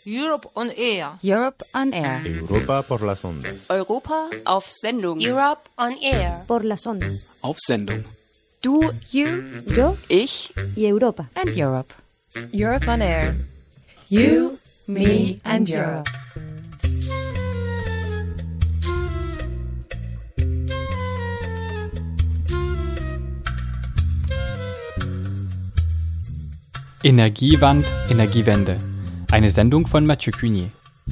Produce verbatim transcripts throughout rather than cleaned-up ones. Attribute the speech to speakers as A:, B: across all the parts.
A: Europe on Air.
B: Europe on Air.
C: Europa por las ondas.
D: Europa auf Sendung.
E: Europe on Air.
B: Por las ondas.
F: Auf Sendung.
D: Du,
B: You, yo
D: ich
B: y Europa.
G: And Europe.
E: Europe on Air.
G: You, me and Europe.
H: Energiewand, Energiewende. Eine Sendung von Mathieu Cunier.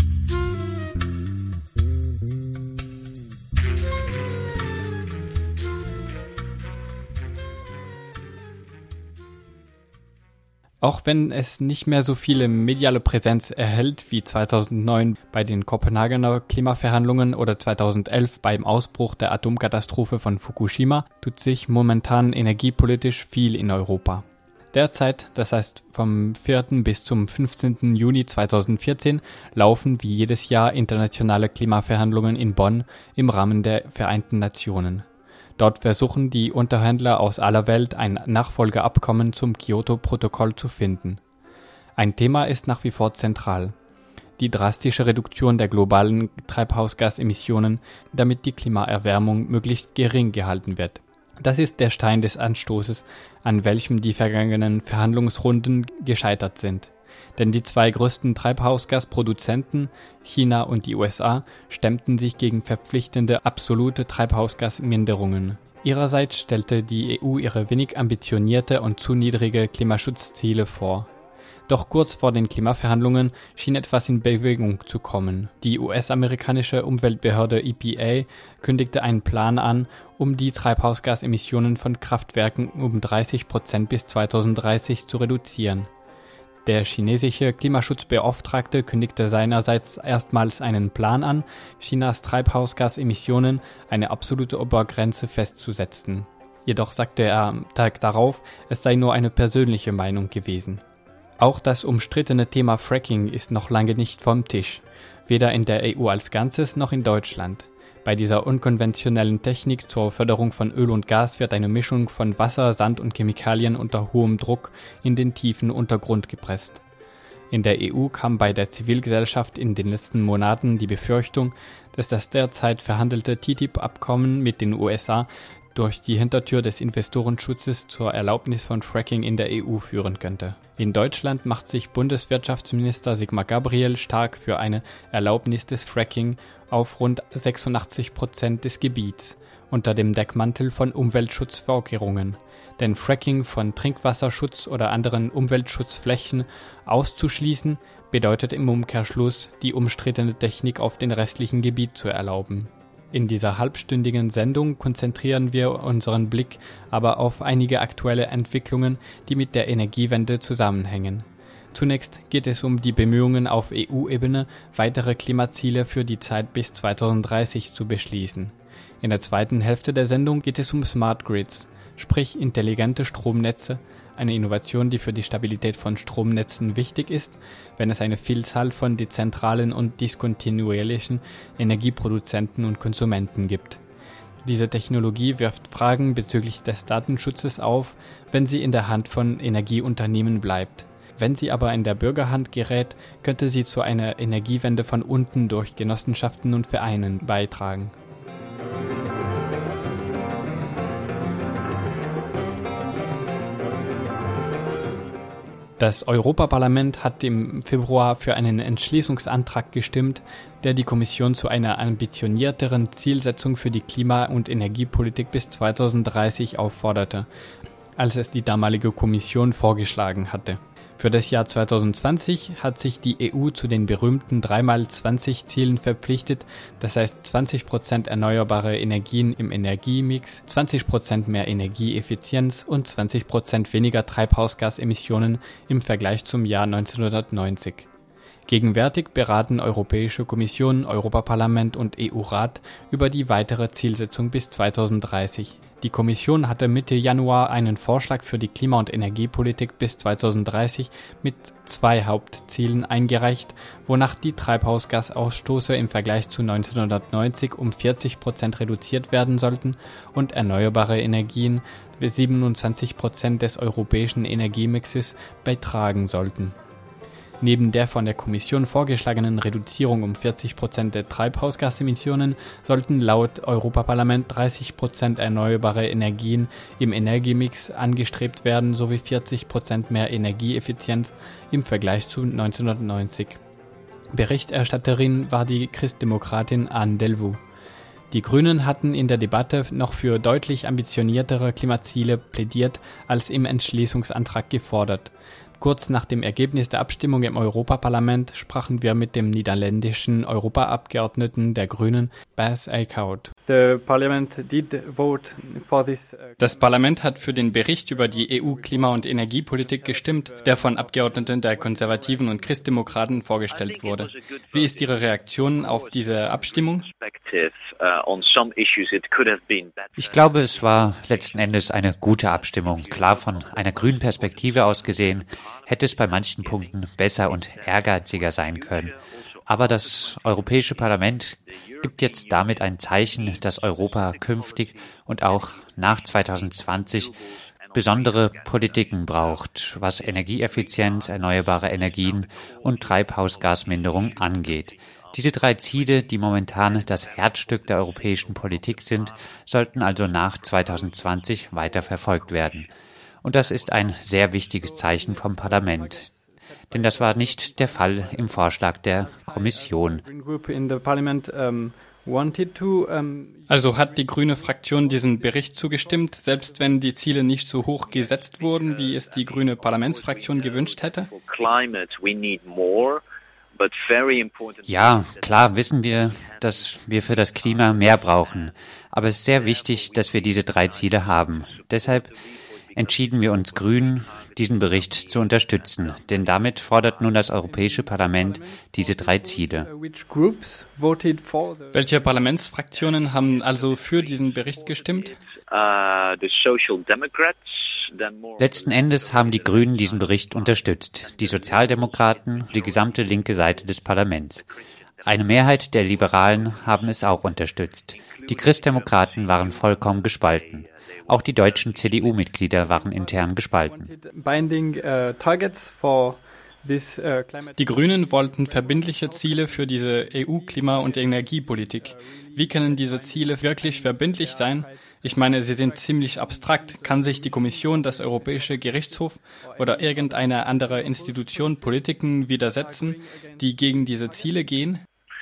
H: Auch wenn es nicht mehr so viele mediale Präsenz erhält wie zweitausendneun bei den Kopenhagener Klimaverhandlungen oder zweitausendelf beim Ausbruch der Atomkatastrophe von Fukushima, tut sich momentan energiepolitisch viel in Europa. Derzeit, das heißt vom vierten bis zum fünfzehnten Juni zweitausendvierzehn, laufen wie jedes Jahr internationale Klimaverhandlungen in Bonn im Rahmen der Vereinten Nationen. Dort versuchen die Unterhändler aus aller Welt ein Nachfolgeabkommen zum Kyoto-Protokoll zu finden. Ein Thema ist nach wie vor zentral: die drastische Reduktion der globalen Treibhausgasemissionen, damit die Klimaerwärmung möglichst gering gehalten wird. Das ist der Stein des Anstoßes, an welchem die vergangenen Verhandlungsrunden gescheitert sind. Denn die zwei größten Treibhausgasproduzenten, China und die U S A, stemmten sich gegen verpflichtende absolute Treibhausgasminderungen. Ihrerseits stellte die E U ihre wenig ambitionierte und zu niedrige Klimaschutzziele vor. Doch kurz vor den Klimaverhandlungen schien etwas in Bewegung zu kommen. Die U S-amerikanische Umweltbehörde E P A kündigte einen Plan an, um die Treibhausgasemissionen von Kraftwerken um dreißig Prozent bis zweitausenddreißig zu reduzieren. Der chinesische Klimaschutzbeauftragte kündigte seinerseits erstmals einen Plan an, Chinas Treibhausgasemissionen eine absolute Obergrenze festzusetzen. Jedoch sagte er am Tag darauf, es sei nur eine persönliche Meinung gewesen. Auch das umstrittene Thema Fracking ist noch lange nicht vom Tisch, weder in der E U als Ganzes noch in Deutschland. Bei dieser unkonventionellen Technik zur Förderung von Öl und Gas wird eine Mischung von Wasser, Sand und Chemikalien unter hohem Druck in den tiefen Untergrund gepresst. In der E U kam bei der Zivilgesellschaft in den letzten Monaten die Befürchtung, dass das derzeit verhandelte T T I P-Abkommen mit den U S A durch die Hintertür des Investorenschutzes zur Erlaubnis von Fracking in der E U führen könnte. In Deutschland macht sich Bundeswirtschaftsminister Sigmar Gabriel stark für eine Erlaubnis des Fracking auf rund sechsundachtzig Prozent des Gebiets unter dem Deckmantel von Umweltschutzvorkehrungen. Denn Fracking von Trinkwasserschutz oder anderen Umweltschutzflächen auszuschließen, bedeutet im Umkehrschluss, die umstrittene Technik auf dem restlichen Gebiet zu erlauben. In dieser halbstündigen Sendung konzentrieren wir unseren Blick aber auf einige aktuelle Entwicklungen, die mit der Energiewende zusammenhängen. Zunächst geht es um die Bemühungen auf E U-Ebene, weitere Klimaziele für die Zeit bis zweitausenddreißig zu beschließen. In der zweiten Hälfte der Sendung geht es um Smart Grids, sprich intelligente Stromnetze, eine Innovation, die für die Stabilität von Stromnetzen wichtig ist, wenn es eine Vielzahl von dezentralen und diskontinuierlichen Energieproduzenten und Konsumenten gibt. Diese Technologie wirft Fragen bezüglich des Datenschutzes auf, wenn sie in der Hand von Energieunternehmen bleibt. Wenn sie aber in der Bürgerhand gerät, könnte sie zu einer Energiewende von unten durch Genossenschaften und Vereinen beitragen. Das Europaparlament hat im Februar für einen Entschließungsantrag gestimmt, der die Kommission zu einer ambitionierteren Zielsetzung für die Klima- und Energiepolitik bis zweitausenddreißig aufforderte, als es die damalige Kommission vorgeschlagen hatte. Für das Jahr zweitausendzwanzig hat sich die E U zu den berühmten drei mal zwanzig Zielen verpflichtet, das heißt zwanzig Prozent erneuerbare Energien im Energiemix, zwanzig Prozent mehr Energieeffizienz und zwanzig Prozent weniger Treibhausgasemissionen im Vergleich zum Jahr neunzehnhundertneunzig. Gegenwärtig beraten Europäische Kommission, Europaparlament und E U-Rat über die weitere Zielsetzung bis zweitausenddreißig. Die Kommission hatte Mitte Januar einen Vorschlag für die Klima- und Energiepolitik bis zweitausenddreißig mit zwei Hauptzielen eingereicht, wonach die Treibhausgasausstoße im Vergleich zu neunzehnhundertneunzig um vierzig Prozent reduziert werden sollten und erneuerbare Energien siebenundzwanzig Prozent des europäischen Energiemixes beitragen sollten. Neben der von der Kommission vorgeschlagenen Reduzierung um vierzig Prozent der Treibhausgasemissionen sollten laut Europaparlament dreißig Prozent erneuerbare Energien im Energiemix angestrebt werden sowie vierzig Prozent mehr Energieeffizienz im Vergleich zu neunzehnhundertneunzig. Berichterstatterin war die Christdemokratin Anne Delvaux. Die Grünen hatten in der Debatte noch für deutlich ambitioniertere Klimaziele plädiert als im Entschließungsantrag gefordert. Kurz nach dem Ergebnis der Abstimmung im Europaparlament sprachen wir mit dem niederländischen Europaabgeordneten der Grünen, Bas Eickhout. Das Parlament hat für den Bericht über die E U-Klima- und Energiepolitik gestimmt, der von Abgeordneten der Konservativen und Christdemokraten vorgestellt wurde. Wie ist Ihre Reaktion auf diese Abstimmung?
A: Ich glaube, es war letzten Endes eine gute Abstimmung. Klar, von einer grünen Perspektive aus gesehen, hätte es bei manchen Punkten besser und ehrgeiziger sein können. Aber das Europäische Parlament gibt jetzt damit ein Zeichen, dass Europa künftig und auch nach zweitausendzwanzig besondere Politiken braucht, was Energieeffizienz, erneuerbare Energien und Treibhausgasminderung angeht. Diese drei Ziele, die momentan das Herzstück der europäischen Politik sind, sollten also nach zweitausendzwanzig weiter verfolgt werden. Und das ist ein sehr wichtiges Zeichen vom Parlament. Denn das war nicht der Fall im Vorschlag der Kommission.
H: Also hat die grüne Fraktion diesem Bericht zugestimmt, selbst wenn die Ziele nicht so hoch gesetzt wurden, wie es die grüne Parlamentsfraktion gewünscht hätte?
A: Ja, klar wissen wir, dass wir für das Klima mehr brauchen. Aber es ist sehr wichtig, dass wir diese drei Ziele haben. Deshalb entschieden wir uns Grünen, diesen Bericht zu unterstützen. Denn damit fordert nun das Europäische Parlament diese drei Ziele.
H: Welche Parlamentsfraktionen haben also für diesen Bericht gestimmt?
A: Letzten Endes haben die Grünen diesen Bericht unterstützt, die Sozialdemokraten, die gesamte linke Seite des Parlaments. Eine Mehrheit der Liberalen haben es auch unterstützt. Die Christdemokraten waren vollkommen gespalten. Auch die deutschen C D U-Mitglieder waren intern gespalten.
H: Die Grünen wollten verbindliche Ziele für diese E U-Klima- und Energiepolitik. Wie können diese Ziele wirklich verbindlich sein? Ich meine, sie sind ziemlich abstrakt. Kann sich die Kommission, das Europäische Gerichtshof oder irgendeine andere Institution Politiken widersetzen, die gegen diese Ziele gehen?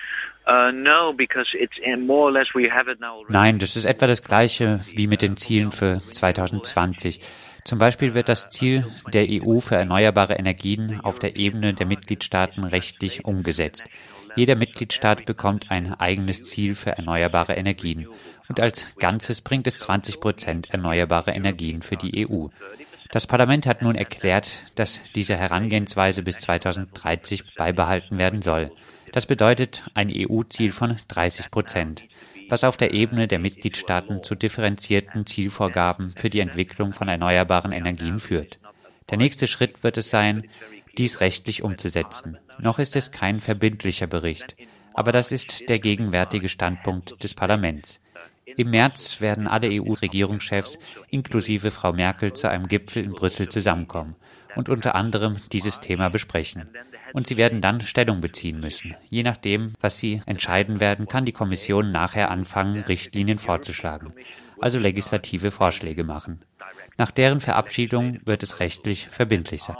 A: Nein, das ist etwa das Gleiche wie mit den Zielen für zweitausendzwanzig. Zum Beispiel wird das Ziel der E U für erneuerbare Energien auf der Ebene der Mitgliedstaaten rechtlich umgesetzt. Jeder Mitgliedstaat bekommt ein eigenes Ziel für erneuerbare Energien. Und als Ganzes bringt es zwanzig Prozent erneuerbare Energien für die E U. Das Parlament hat nun erklärt, dass diese Herangehensweise bis zweitausenddreißig beibehalten werden soll. Das bedeutet ein E U-Ziel von dreißig Prozent, was auf der Ebene der Mitgliedstaaten zu differenzierten Zielvorgaben für die Entwicklung von erneuerbaren Energien führt. Der nächste Schritt wird es sein, dies rechtlich umzusetzen. Noch ist es kein verbindlicher Bericht, aber das ist der gegenwärtige Standpunkt des Parlaments. Im März werden alle E U-Regierungschefs inklusive Frau Merkel zu einem Gipfel in Brüssel zusammenkommen und unter anderem dieses Thema besprechen. Und sie werden dann Stellung beziehen müssen. Je nachdem, was sie entscheiden werden, kann die Kommission nachher anfangen, Richtlinien vorzuschlagen, also legislative Vorschläge machen. Nach deren Verabschiedung wird es rechtlich verbindlich sein.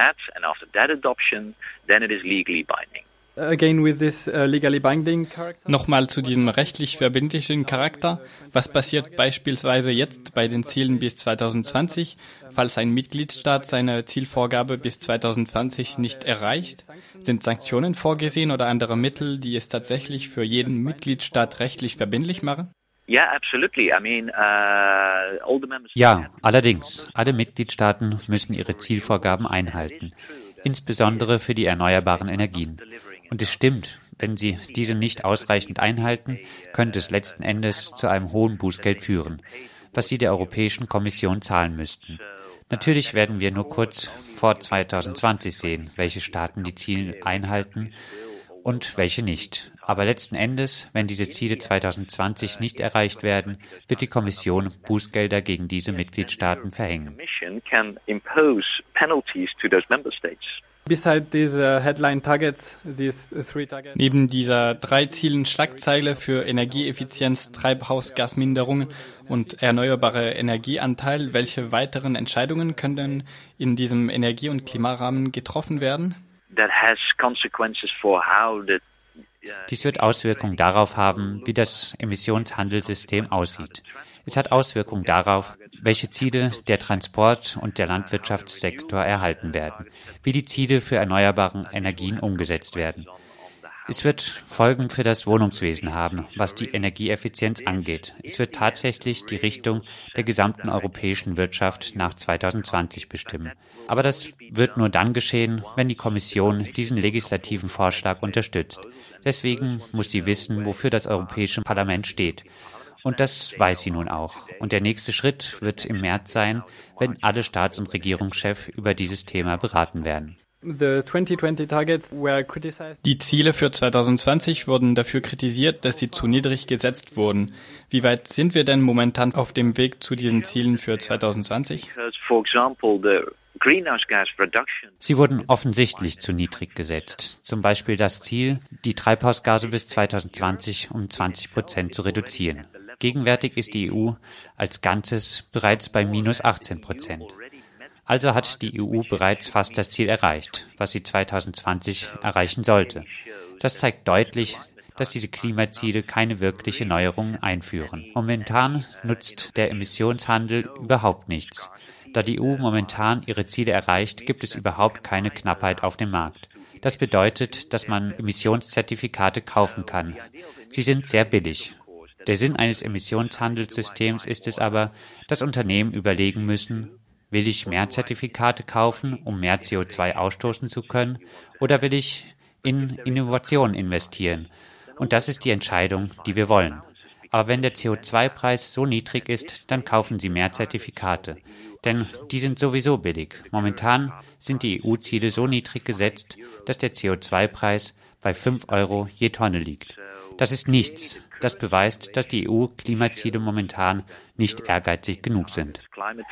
H: Again with this, uh, legally binding character. Nochmal zu diesem rechtlich verbindlichen Charakter. Was passiert beispielsweise jetzt bei den Zielen bis zweitausendzwanzig, falls ein Mitgliedstaat seine Zielvorgabe bis zweitausendzwanzig nicht erreicht? Sind Sanktionen vorgesehen oder andere Mittel, die es tatsächlich für jeden Mitgliedstaat rechtlich verbindlich machen?
A: Ja, allerdings. Alle Mitgliedstaaten müssen ihre Zielvorgaben einhalten, insbesondere für die erneuerbaren Energien. Und es stimmt, wenn sie diese nicht ausreichend einhalten, könnte es letzten Endes zu einem hohen Bußgeld führen, was sie der Europäischen Kommission zahlen müssten. Natürlich werden wir nur kurz vor zweitausendzwanzig sehen, welche Staaten die Ziele einhalten und welche nicht. Aber letzten Endes, wenn diese Ziele zweitausendzwanzig nicht erreicht werden, wird die Kommission Bußgelder gegen diese Mitgliedstaaten verhängen.
H: Neben dieser drei Zielen Schlagzeile für Energieeffizienz, Treibhausgasminderung und erneuerbare Energieanteil, welche weiteren Entscheidungen können in diesem Energie- und Klimarahmen getroffen werden?
A: Dies wird Auswirkungen darauf haben, wie das Emissionshandelssystem aussieht. Es hat Auswirkungen darauf, welche Ziele der Transport- und der Landwirtschaftssektor erhalten werden, wie die Ziele für erneuerbare Energien umgesetzt werden. Es wird Folgen für das Wohnungswesen haben, was die Energieeffizienz angeht. Es wird tatsächlich die Richtung der gesamten europäischen Wirtschaft nach zweitausendzwanzig bestimmen. Aber das wird nur dann geschehen, wenn die Kommission diesen legislativen Vorschlag unterstützt. Deswegen muss sie wissen, wofür das Europäische Parlament steht. Und das weiß sie nun auch. Und der nächste Schritt wird im März sein, wenn alle Staats- und Regierungschefs über dieses Thema beraten werden.
H: Die Ziele für zweitausendzwanzig wurden dafür kritisiert, dass sie zu niedrig gesetzt wurden. Wie weit sind wir denn momentan auf dem Weg zu diesen Zielen für zweitausendzwanzig?
A: Sie wurden offensichtlich zu niedrig gesetzt. Zum Beispiel das Ziel, die Treibhausgase bis zweitausendzwanzig um zwanzig Prozent zu reduzieren. Gegenwärtig ist die E U als Ganzes bereits bei minus achtzehn Prozent. Also hat die E U bereits fast das Ziel erreicht, was sie zweitausendzwanzig erreichen sollte. Das zeigt deutlich, dass diese Klimaziele keine wirkliche Neuerung einführen. Momentan nutzt der Emissionshandel überhaupt nichts. Da die E U momentan ihre Ziele erreicht, gibt es überhaupt keine Knappheit auf dem Markt. Das bedeutet, dass man Emissionszertifikate kaufen kann. Sie sind sehr billig. Der Sinn eines Emissionshandelssystems ist es aber, dass Unternehmen überlegen müssen, will ich mehr Zertifikate kaufen, um mehr C O zwei ausstoßen zu können, oder will ich in Innovation investieren? Und das ist die Entscheidung, die wir wollen. Aber wenn der C O zwei Preis so niedrig ist, dann kaufen Sie mehr Zertifikate. Denn die sind sowieso billig. Momentan sind die E U-Ziele so niedrig gesetzt, dass der C O zwei Preis bei fünf Euro je Tonne liegt. Das ist nichts. Das beweist, dass die E U-Klimaziele momentan nicht ehrgeizig genug sind.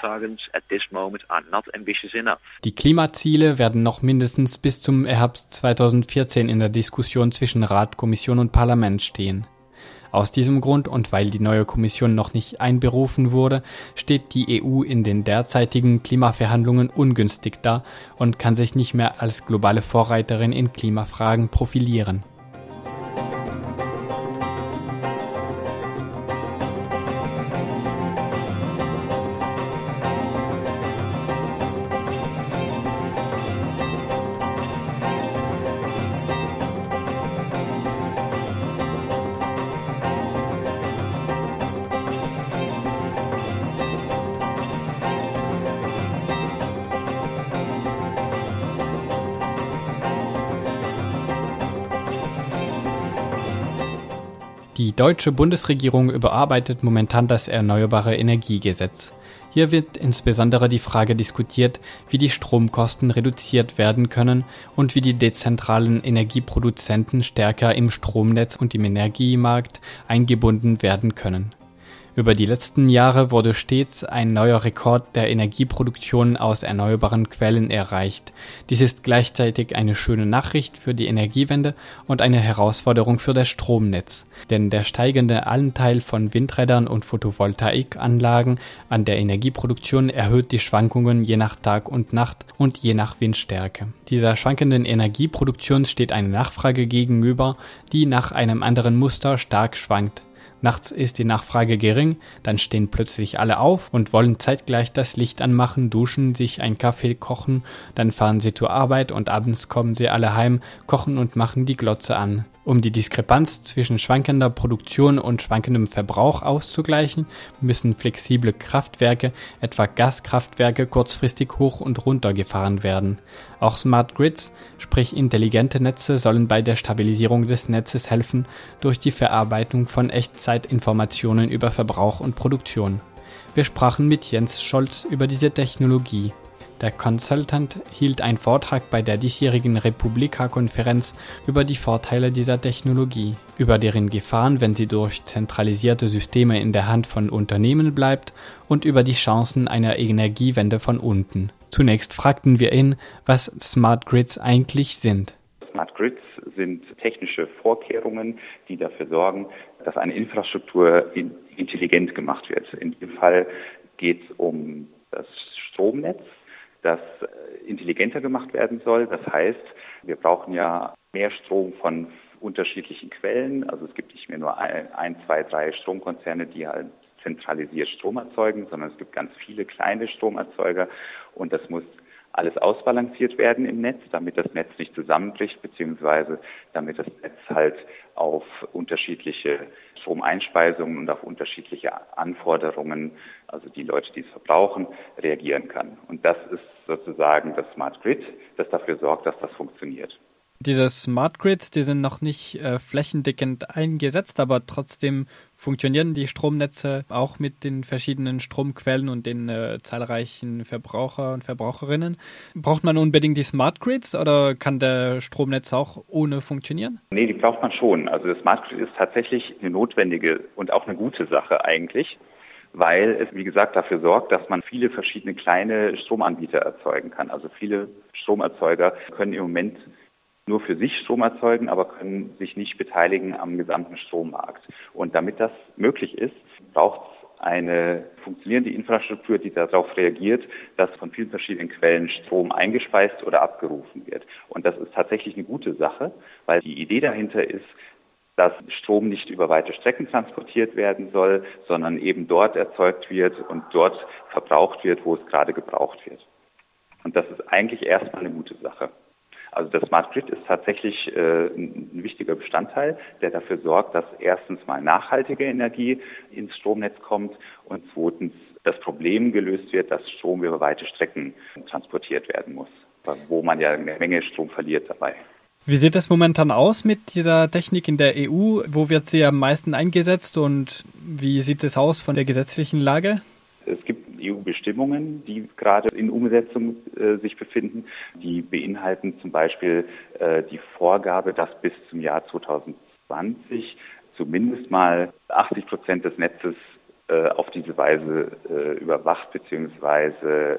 H: Die Klimaziele werden noch mindestens bis zum Herbst zweitausendvierzehn in der Diskussion zwischen Rat, Kommission und Parlament stehen. Aus diesem Grund und weil die neue Kommission noch nicht einberufen wurde, steht die E U in den derzeitigen Klimaverhandlungen ungünstig da und kann sich nicht mehr als globale Vorreiterin in Klimafragen profilieren. Die deutsche Bundesregierung überarbeitet momentan das Erneuerbare Energiegesetz. Hier wird insbesondere die Frage diskutiert, wie die Stromkosten reduziert werden können und wie die dezentralen Energieproduzenten stärker im Stromnetz und im Energiemarkt eingebunden werden können. Über die letzten Jahre wurde stets ein neuer Rekord der Energieproduktion aus erneuerbaren Quellen erreicht. Dies ist gleichzeitig eine schöne Nachricht für die Energiewende und eine Herausforderung für das Stromnetz. Denn der steigende Anteil von Windrädern und Photovoltaikanlagen an der Energieproduktion erhöht die Schwankungen je nach Tag und Nacht und je nach Windstärke. Dieser schwankenden Energieproduktion steht eine Nachfrage gegenüber, die nach einem anderen Muster stark schwankt. Nachts ist die Nachfrage gering, dann stehen plötzlich alle auf und wollen zeitgleich das Licht anmachen, duschen, sich einen Kaffee kochen, dann fahren sie zur Arbeit und abends kommen sie alle heim, kochen und machen die Glotze an. Um die Diskrepanz zwischen schwankender Produktion und schwankendem Verbrauch auszugleichen, müssen flexible Kraftwerke, etwa Gaskraftwerke, kurzfristig hoch und runter gefahren werden. Auch Smart Grids, sprich intelligente Netze, sollen bei der Stabilisierung des Netzes helfen durch die Verarbeitung von Echtzeitinformationen über Verbrauch und Produktion. Wir sprachen mit Jens Scholz über diese Technologie. Der Consultant hielt einen Vortrag bei der diesjährigen Republika-Konferenz über die Vorteile dieser Technologie, über deren Gefahren, wenn sie durch zentralisierte Systeme in der Hand von Unternehmen bleibt, und über die Chancen einer Energiewende von unten. Zunächst fragten wir ihn, was Smart Grids eigentlich sind.
F: Smart Grids sind technische Vorkehrungen, die dafür sorgen, dass eine Infrastruktur intelligent gemacht wird. In diesem Fall geht es um das Stromnetz, das intelligenter gemacht werden soll. Das heißt, wir brauchen ja mehr Strom von unterschiedlichen Quellen. Also es gibt nicht mehr nur ein, zwei, drei Stromkonzerne, die halt zentralisiert Strom erzeugen, sondern es gibt ganz viele kleine Stromerzeuger und das muss alles ausbalanciert werden im Netz, damit das Netz nicht zusammenbricht, beziehungsweise damit das Netz halt auf unterschiedliche Stromeinspeisungen und auf unterschiedliche Anforderungen, also die Leute, die es verbrauchen, reagieren kann. Und das ist sozusagen das Smart Grid, das dafür sorgt, dass das funktioniert.
H: Diese Smart Grids, die sind noch nicht äh, flächendeckend eingesetzt, aber trotzdem funktionieren die Stromnetze auch mit den verschiedenen Stromquellen und den äh, zahlreichen Verbraucher und Verbraucherinnen. Braucht man unbedingt die Smart Grids oder kann der Stromnetz auch ohne funktionieren?
F: Nee, die braucht man schon. Also das Smart Grid ist tatsächlich eine notwendige und auch eine gute Sache eigentlich, weil es, wie gesagt, dafür sorgt, dass man viele verschiedene kleine Stromanbieter erzeugen kann. Also viele Stromerzeuger können im Moment nur für sich Strom erzeugen, aber können sich nicht beteiligen am gesamten Strommarkt. Und damit das möglich ist, braucht es eine funktionierende Infrastruktur, die darauf reagiert, dass von vielen verschiedenen Quellen Strom eingespeist oder abgerufen wird. Und das ist tatsächlich eine gute Sache, weil die Idee dahinter ist, dass Strom nicht über weite Strecken transportiert werden soll, sondern eben dort erzeugt wird und dort verbraucht wird, wo es gerade gebraucht wird. Und das ist eigentlich erstmal eine gute Sache. Also das Smart Grid ist tatsächlich äh, ein wichtiger Bestandteil, der dafür sorgt, dass erstens mal nachhaltige Energie ins Stromnetz kommt und zweitens das Problem gelöst wird, dass Strom über weite Strecken transportiert werden muss, wo man ja eine Menge Strom verliert dabei.
H: Wie sieht es momentan aus mit dieser Technik in der E U? Wo wird sie am meisten eingesetzt und wie sieht es aus von der gesetzlichen Lage?
F: Es gibt E U-Bestimmungen, die gerade in Umsetzung äh, sich befinden. Die beinhalten zum Beispiel äh, die Vorgabe, dass bis zum Jahr zwanzig zwanzig zumindest mal achtzig Prozent des Netzes äh, auf diese Weise äh, überwacht bzw.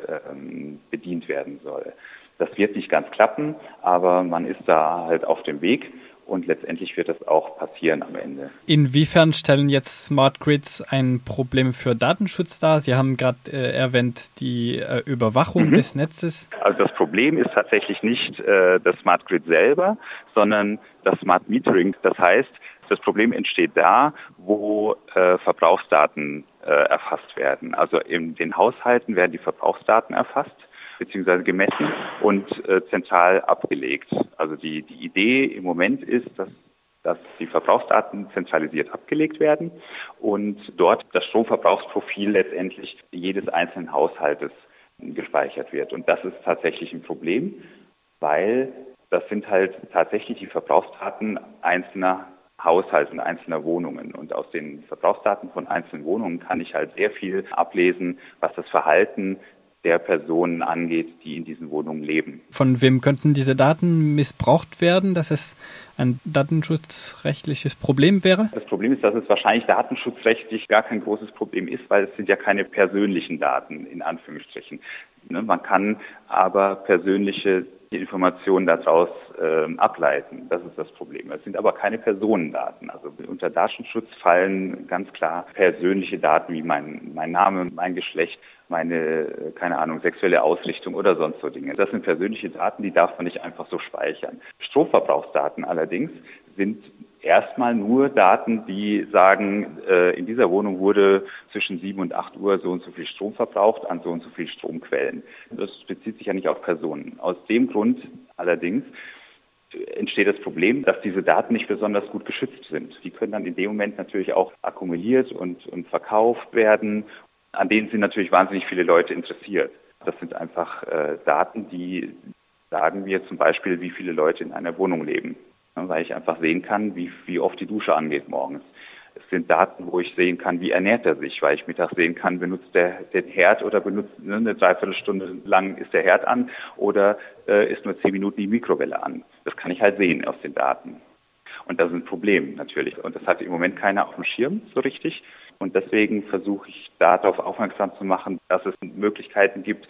F: Ähm, bedient werden soll. Das wird nicht ganz klappen, aber man ist da halt auf dem Weg. Und letztendlich wird das auch passieren am Ende.
H: Inwiefern stellen jetzt Smart Grids ein Problem für Datenschutz dar? Sie haben gerade äh, erwähnt, die äh, Überwachung mhm. des Netzes.
F: Also das Problem ist tatsächlich nicht äh, das Smart Grid selber, sondern das Smart Metering. Das heißt, das Problem entsteht da, wo äh, Verbrauchsdaten äh, erfasst werden. Also in den Haushalten werden die Verbrauchsdaten erfasst beziehungsweise gemessen und äh, zentral abgelegt. Also die, die Idee im Moment ist, dass, dass die Verbrauchsdaten zentralisiert abgelegt werden und dort das Stromverbrauchsprofil letztendlich jedes einzelnen Haushaltes gespeichert wird. Und das ist tatsächlich ein Problem, weil das sind halt tatsächlich die Verbrauchsdaten einzelner Haushalte und einzelner Wohnungen. Und aus den Verbrauchsdaten von einzelnen Wohnungen kann ich halt sehr viel ablesen, was das Verhalten der Personen angeht, die in diesen Wohnungen leben.
H: Von wem könnten diese Daten missbraucht werden, dass es ein datenschutzrechtliches Problem wäre?
F: Das Problem ist, dass es wahrscheinlich datenschutzrechtlich gar kein großes Problem ist, weil es sind ja keine persönlichen Daten, in Anführungsstrichen. Ne, man kann aber persönliche Informationen daraus äh, ableiten. Das ist das Problem. Es sind aber keine Personendaten. Also unter Datenschutz fallen ganz klar persönliche Daten wie mein, mein Name, mein Geschlecht, meine, keine Ahnung, sexuelle Ausrichtung oder sonst so Dinge. Das sind persönliche Daten, die darf man nicht einfach so speichern. Stromverbrauchsdaten allerdings sind erstmal nur Daten, die sagen, äh, in dieser Wohnung wurde zwischen sieben und acht Uhr so und so viel Strom verbraucht an so und so viel Stromquellen. Das bezieht sich ja nicht auf Personen. Aus dem Grund allerdings entsteht das Problem, dass diese Daten nicht besonders gut geschützt sind. Die können dann in dem Moment natürlich auch akkumuliert und, und verkauft werden. An denen sind natürlich wahnsinnig viele Leute interessiert. Das sind einfach äh, Daten, die sagen wir zum Beispiel, wie viele Leute in einer Wohnung leben. Ja, weil ich einfach sehen kann, wie, wie oft die Dusche angeht morgens. Es sind Daten, wo ich sehen kann, wie ernährt er sich, weil ich mittags sehen kann, benutzt der den Herd oder benutzt ne, eine Dreiviertelstunde lang ist der Herd an oder äh, ist nur zehn Minuten die Mikrowelle an. Das kann ich halt sehen aus den Daten. Und das ist ein Problem natürlich. Und das hat im Moment keiner auf dem Schirm so richtig. Und deswegen versuche ich darauf aufmerksam zu machen, dass es Möglichkeiten gibt,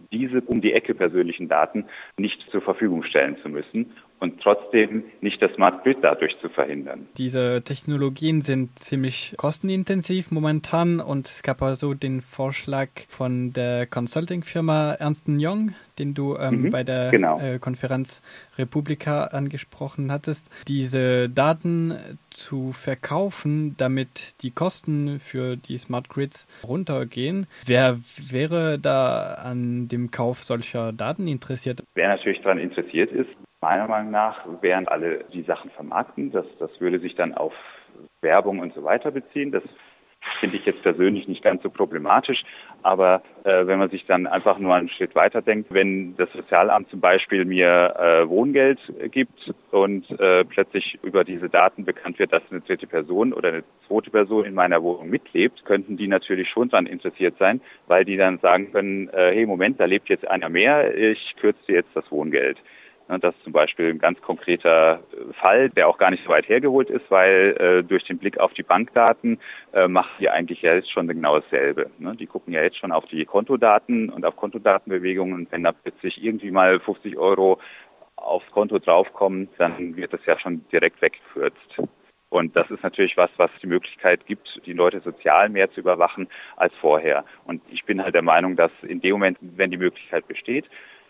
F: diese um die Ecke persönlichen Daten nicht zur Verfügung stellen zu müssen und trotzdem nicht das Smart Grid dadurch zu verhindern.
H: Diese Technologien sind ziemlich kostenintensiv momentan und es gab also den Vorschlag von der Consulting-Firma Ernst und Young, den du ähm,
F: mhm,
H: bei der
F: genau.
H: äh, Konferenz Republika angesprochen hattest, diese Daten zu verkaufen, damit die Kosten für die Smart Grids runtergehen. Wer wäre da an dem Kauf solcher Daten interessiert?
F: Wer natürlich daran interessiert ist, meiner Meinung nach wären alle die Sachen vermarkten. Das, das würde sich dann auf Werbung und so weiter beziehen. Das finde ich jetzt persönlich nicht ganz so problematisch. Aber äh, wenn man sich dann einfach nur einen Schritt weiter denkt, wenn das Sozialamt zum Beispiel mir äh, Wohngeld gibt und äh, plötzlich über diese Daten bekannt wird, dass eine dritte Person oder eine zweite Person in meiner Wohnung mitlebt, könnten die natürlich schon daran interessiert sein, weil die dann sagen können, äh, hey, Moment, da lebt jetzt einer mehr, ich kürze dir jetzt das Wohngeld. Das ist zum Beispiel ein ganz konkreter Fall, der auch gar nicht so weit hergeholt ist, weil äh, durch den Blick auf die Bankdaten äh, machen die eigentlich ja jetzt schon genau dasselbe. Ne? Die gucken ja jetzt schon auf die Kontodaten und auf Kontodatenbewegungen und wenn da plötzlich irgendwie mal fünfzig Euro aufs Konto draufkommen, dann wird das ja schon direkt weggekürzt. Und das ist natürlich was, was die Möglichkeit gibt, die Leute sozial mehr zu überwachen als vorher. Und ich bin halt der Meinung, dass in dem Moment, wenn die Möglichkeit besteht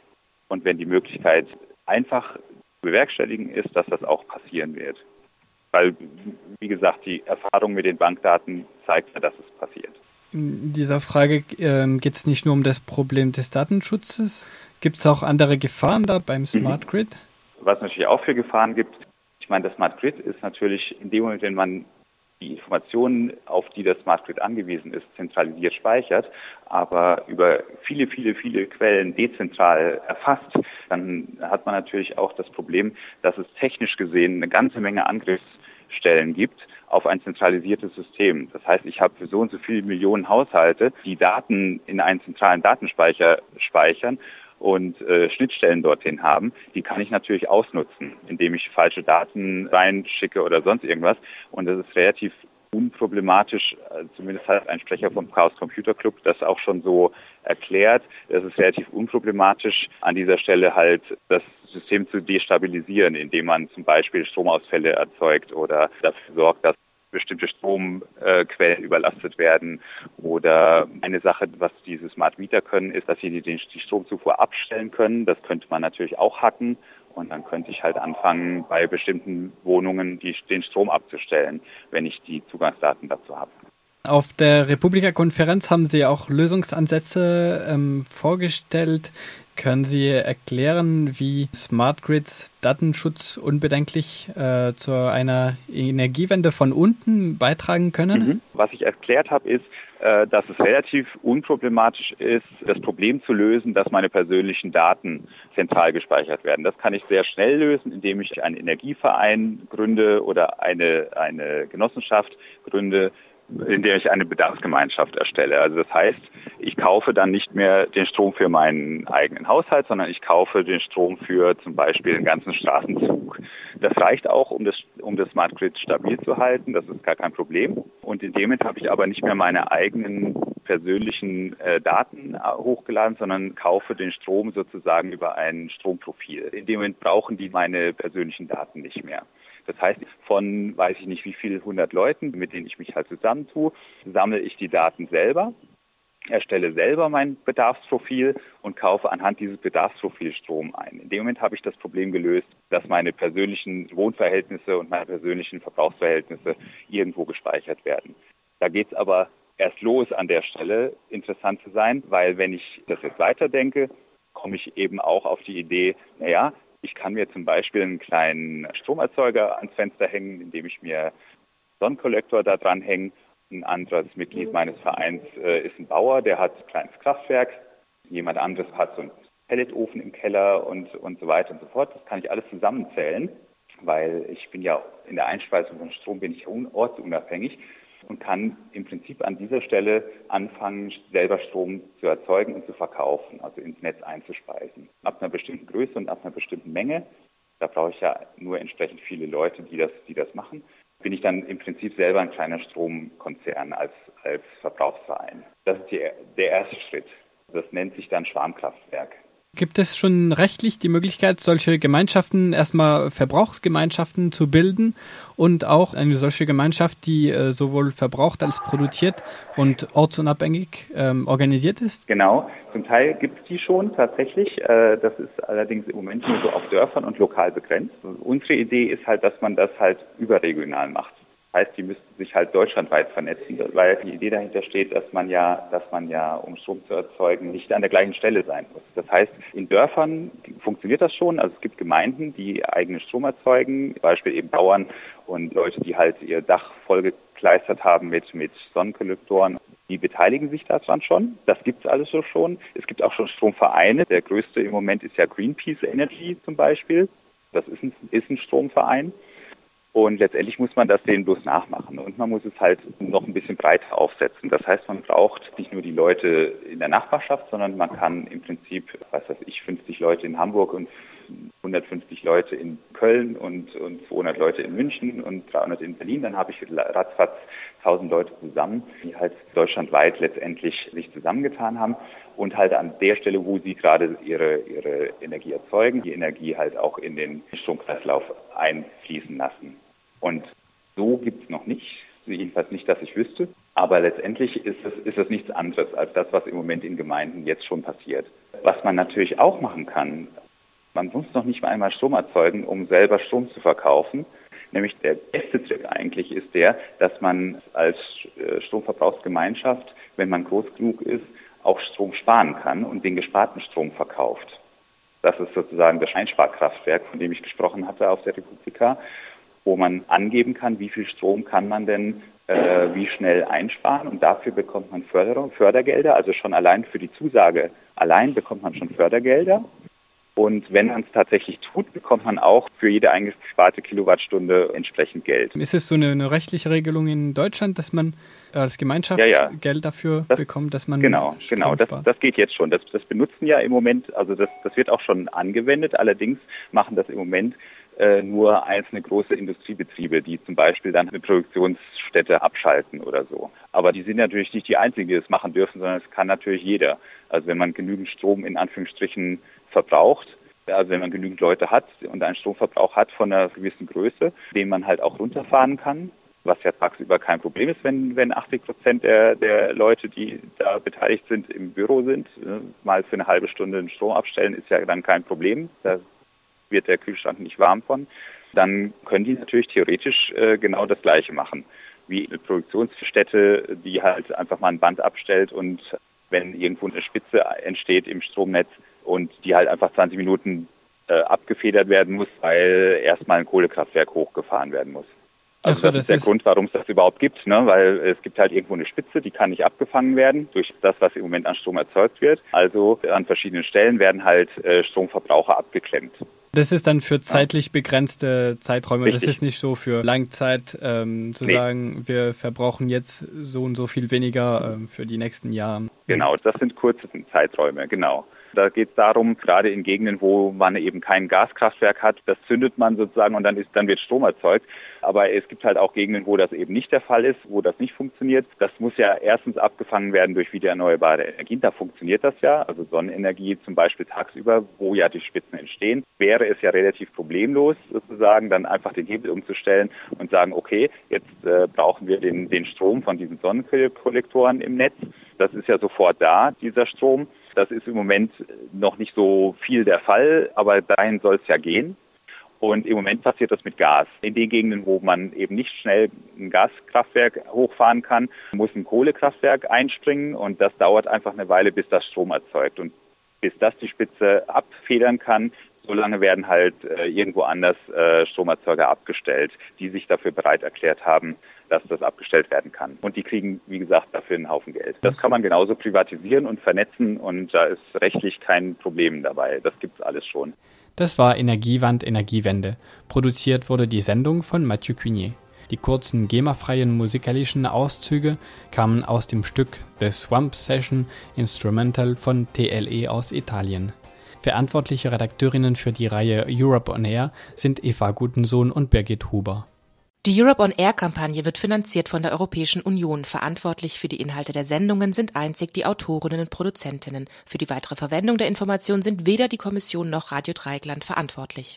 F: und wenn die Möglichkeit einfach zu bewerkstelligen ist, dass das auch passieren wird. Weil, wie gesagt, die Erfahrung mit den Bankdaten zeigt ja, dass es passiert.
H: In dieser Frage ähm, geht es nicht nur um das Problem des Datenschutzes. Gibt es auch andere Gefahren da beim Smart Grid?
F: Was es natürlich auch für Gefahren gibt, ich meine, das Smart Grid ist natürlich in dem Moment, wenn man die Informationen, auf die das Smart Grid angewiesen ist, zentralisiert speichert, aber über viele, viele, viele Quellen dezentral erfasst, dann hat man natürlich auch das Problem, dass es technisch gesehen eine ganze Menge Angriffsstellen gibt auf ein zentralisiertes System. Das heißt, ich habe für so und so viele Millionen Haushalte, die Daten in einen zentralen Datenspeicher speichern und äh, Schnittstellen dorthin haben, die kann ich natürlich ausnutzen, indem ich falsche Daten reinschicke oder sonst irgendwas. Und das ist relativ unproblematisch, zumindest hat ein Sprecher vom Chaos Computer Club das auch schon so erklärt. Es ist relativ unproblematisch, an dieser Stelle halt das System zu destabilisieren, indem man zum Beispiel Stromausfälle erzeugt oder dafür sorgt, dass bestimmte Stromquellen überlastet werden. Oder eine Sache, was diese Smart Meter können, ist, dass sie die, die Stromzufuhr abstellen können. Das könnte man natürlich auch hacken. Und dann könnte ich halt anfangen, bei bestimmten Wohnungen die, den Strom abzustellen, wenn ich die Zugangsdaten dazu habe.
H: Auf der Republika-Konferenz haben Sie auch Lösungsansätze ähm, vorgestellt. Können Sie erklären, wie Smart Grids Datenschutz unbedenklich äh, zu einer Energiewende von unten beitragen können?
F: Mhm. Was ich erklärt habe, ist, äh, dass es relativ unproblematisch ist, das Problem zu lösen, dass meine persönlichen Daten zentral gespeichert werden. Das kann ich sehr schnell lösen, indem ich einen Energieverein gründe oder eine, eine Genossenschaft gründe, in der ich eine Bedarfsgemeinschaft erstelle. Also das heißt, ich kaufe dann nicht mehr den Strom für meinen eigenen Haushalt, sondern ich kaufe den Strom für zum Beispiel den ganzen Straßenzug. Das reicht auch, um das, um das Smart Grid stabil zu halten. Das ist gar kein Problem. Und in dem Moment habe ich aber nicht mehr meine eigenen persönlichen äh, Daten hochgeladen, sondern kaufe den Strom sozusagen über ein Stromprofil. In dem Moment brauchen die meine persönlichen Daten nicht mehr. Das heißt, von, weiß ich nicht wie viele hundert Leuten, mit denen ich mich halt zusammentue, sammle ich die Daten selber, erstelle selber mein Bedarfsprofil und kaufe anhand dieses Bedarfsprofils Strom ein. In dem Moment habe ich das Problem gelöst, dass meine persönlichen Wohnverhältnisse und meine persönlichen Verbrauchsverhältnisse irgendwo gespeichert werden. Da geht es aber erst los an der Stelle, interessant zu sein, weil wenn ich das jetzt weiterdenke, komme ich eben auch auf die Idee, naja, ich kann mir zum Beispiel einen kleinen Stromerzeuger ans Fenster hängen, indem ich mir Sonnenkollektor da dran hänge. Ein anderes Mitglied meines Vereins äh, ist ein Bauer, der hat ein kleines Kraftwerk. Jemand anderes hat so einen Pelletofen im Keller und, und so weiter und so fort. Das kann ich alles zusammenzählen, weil ich bin ja in der Einspeisung von Strom bin ich ortsunabhängig und kann im Prinzip an dieser Stelle anfangen, selber Strom zu erzeugen und zu verkaufen, also ins Netz einzuspeisen. Ab einer bestimmten Größe und ab einer bestimmten Menge, da brauche ich ja nur entsprechend viele Leute, die das, die das machen, bin ich dann im Prinzip selber ein kleiner Stromkonzern als, als Verbrauchsverein. Das ist die, der erste Schritt. Das nennt sich dann Schwarmkraftwerk.
H: Gibt es schon rechtlich die Möglichkeit, solche Gemeinschaften, erstmal Verbrauchsgemeinschaften zu bilden und auch eine solche Gemeinschaft, die äh, sowohl verbraucht als produziert und ortsunabhängig ähm, organisiert ist?
F: Genau, zum Teil gibt es die schon tatsächlich. Äh, das ist allerdings im Moment nur so auf Dörfern und lokal begrenzt. Und unsere Idee ist halt, dass man das halt überregional macht. Heißt, die müssten sich halt deutschlandweit vernetzen, weil die Idee dahinter steht, dass man ja, dass man ja, um Strom zu erzeugen, nicht an der gleichen Stelle sein muss. Das heißt, in Dörfern funktioniert das schon. Also es gibt Gemeinden, die eigenen Strom erzeugen, zum Beispiel eben Bauern und Leute, die halt ihr Dach vollgekleistert haben mit, mit Sonnenkollektoren. Die beteiligen sich daran schon. Das gibt's alles so schon. Es gibt auch schon Stromvereine. Der größte im Moment ist ja Greenpeace Energy zum Beispiel. Das ist ein, ist ein Stromverein. Und letztendlich muss man das denen bloß nachmachen. Und man muss es halt noch ein bisschen breiter aufsetzen. Das heißt, man braucht nicht nur die Leute in der Nachbarschaft, sondern man kann im Prinzip, was weiß ich, fünfzig Leute in Hamburg und hundertfünfzig Leute in Köln und, und zweihundert Leute in München und dreihundert in Berlin. Dann habe ich ratzfatz tausend Leute zusammen, die halt deutschlandweit letztendlich sich zusammengetan haben und halt an der Stelle, wo sie gerade ihre, ihre Energie erzeugen, die Energie halt auch in den Stromkreislauf einfließen lassen. Und so gibt es noch nicht, jedenfalls nicht, dass ich wüsste. Aber letztendlich ist es, ist es nichts anderes als das, was im Moment in Gemeinden jetzt schon passiert. Was man natürlich auch machen kann, man muss noch nicht mal einmal Strom erzeugen, um selber Strom zu verkaufen. Nämlich der beste Trick eigentlich ist der, dass man als Stromverbrauchsgemeinschaft, wenn man groß genug ist, auch Strom sparen kann und den gesparten Strom verkauft. Das ist sozusagen das Einsparkraftwerk, von dem ich gesprochen hatte auf der Republika, wo man angeben kann, wie viel Strom kann man denn äh, wie schnell einsparen. Und dafür bekommt man Förderung, Fördergelder, also schon allein für die Zusage allein bekommt man schon Fördergelder. Und wenn man es tatsächlich tut, bekommt man auch für jede eingesparte Kilowattstunde entsprechend Geld.
H: Ist es so eine, eine rechtliche Regelung in Deutschland, dass man als Gemeinschaft ja, ja. Geld dafür das, bekommt, dass man
F: Genau,
H: Strom
F: genau, das,
H: spart?
F: das geht jetzt schon. Das, das benutzen ja im Moment, also das, das wird auch schon angewendet. Allerdings machen das im Moment äh, nur einzelne große Industriebetriebe, die zum Beispiel dann eine Produktionsstätte abschalten oder so. Aber die sind natürlich nicht die Einzigen, die das machen dürfen, sondern es kann natürlich jeder. Also wenn man genügend Strom in Anführungsstrichen verbraucht, also wenn man genügend Leute hat und einen Stromverbrauch hat von einer gewissen Größe, den man halt auch runterfahren kann, was ja tagsüber kein Problem ist, wenn, wenn achtzig Prozent der, der Leute, die da beteiligt sind, im Büro sind. Mal für eine halbe Stunde den Strom abstellen ist ja dann kein Problem. Da wird der Kühlschrank nicht warm von. Dann können die natürlich theoretisch äh, genau das Gleiche machen, wie eine Produktionsstätte, die halt einfach mal ein Band abstellt und wenn irgendwo eine Spitze entsteht im Stromnetz und die halt einfach zwanzig Minuten äh, abgefedert werden muss, weil erstmal ein Kohlekraftwerk hochgefahren werden muss. Also so, das, das ist der ist Grund, warum es das überhaupt gibt, ne? Weil es gibt halt irgendwo eine Spitze, die kann nicht abgefangen werden durch das, was im Moment an Strom erzeugt wird. Also an verschiedenen Stellen werden halt äh, Stromverbraucher abgeklemmt.
H: Das ist dann für zeitlich begrenzte Zeiträume. Richtig. Das ist nicht so für Langzeit ähm, zu nee. sagen, wir verbrauchen jetzt so und so viel weniger ähm, für die nächsten Jahre.
F: Genau, das sind kurze Zeiträume, genau. Da geht es darum, gerade in Gegenden, wo man eben kein Gaskraftwerk hat, das zündet man sozusagen und dann ist, dann wird Strom erzeugt. Aber es gibt halt auch Gegenden, wo das eben nicht der Fall ist, wo das nicht funktioniert. Das muss ja erstens abgefangen werden durch wieder erneuerbare Energien. Da funktioniert das ja. Also Sonnenenergie zum Beispiel tagsüber, wo ja die Spitzen entstehen, wäre es ja relativ problemlos sozusagen, dann einfach den Hebel umzustellen und sagen, okay, jetzt äh, brauchen wir den, den Strom von diesen Sonnenkollektoren im Netz. Das ist ja sofort da, dieser Strom. Das ist im Moment noch nicht so viel der Fall, aber dahin soll es ja gehen. Und im Moment passiert das mit Gas. In den Gegenden, wo man eben nicht schnell ein Gaskraftwerk hochfahren kann, muss ein Kohlekraftwerk einspringen und das dauert einfach eine Weile, bis das Strom erzeugt. Und bis das die Spitze abfedern kann, solange werden halt äh, irgendwo anders äh, Stromerzeuger abgestellt, die sich dafür bereit erklärt haben, dass das abgestellt werden kann. Und die kriegen, wie gesagt, dafür einen Haufen Geld. Das kann man genauso privatisieren und vernetzen und da ist rechtlich kein Problem dabei. Das gibt's alles schon.
H: Das war Energiewand, Energiewende. Produziert wurde die Sendung von Mathieu Cugnet. Die kurzen GEMA-freien musikalischen Auszüge kamen aus dem Stück The Swamp Session Instrumental von T L E aus Italien. Verantwortliche Redakteurinnen für die Reihe Europe on Air sind Eva Gutensohn und Birgit Huber.
I: Die Europe on Air-Kampagne wird finanziert von der Europäischen Union. Verantwortlich für die Inhalte der Sendungen sind einzig die Autorinnen und Produzentinnen. Für die weitere Verwendung der Informationen sind weder die Kommission noch Radio Dreieckland verantwortlich.